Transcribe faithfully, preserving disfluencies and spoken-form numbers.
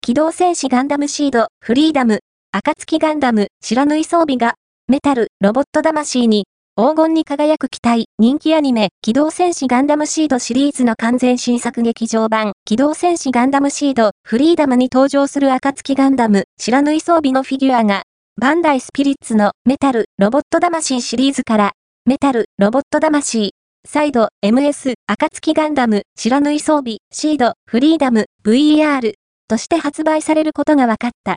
機動戦士ガンダムシード、フリーダム、暁ガンダム、不知火装備が、メタル、ロボット魂に、黄金に輝く機体、人気アニメ、機動戦士ガンダムシードシリーズの完全新作劇場版、機動戦士ガンダムシード、フリーダムに登場する暁ガンダム、不知火装備のフィギュアが、バンダイスピリッツのメタル、ロボット魂シリーズから、メタル、ロボット魂、サイド、エムエス、暁ガンダム、不知火装備、シード、フリーダム、ブイイーアール として発売されることが分かった。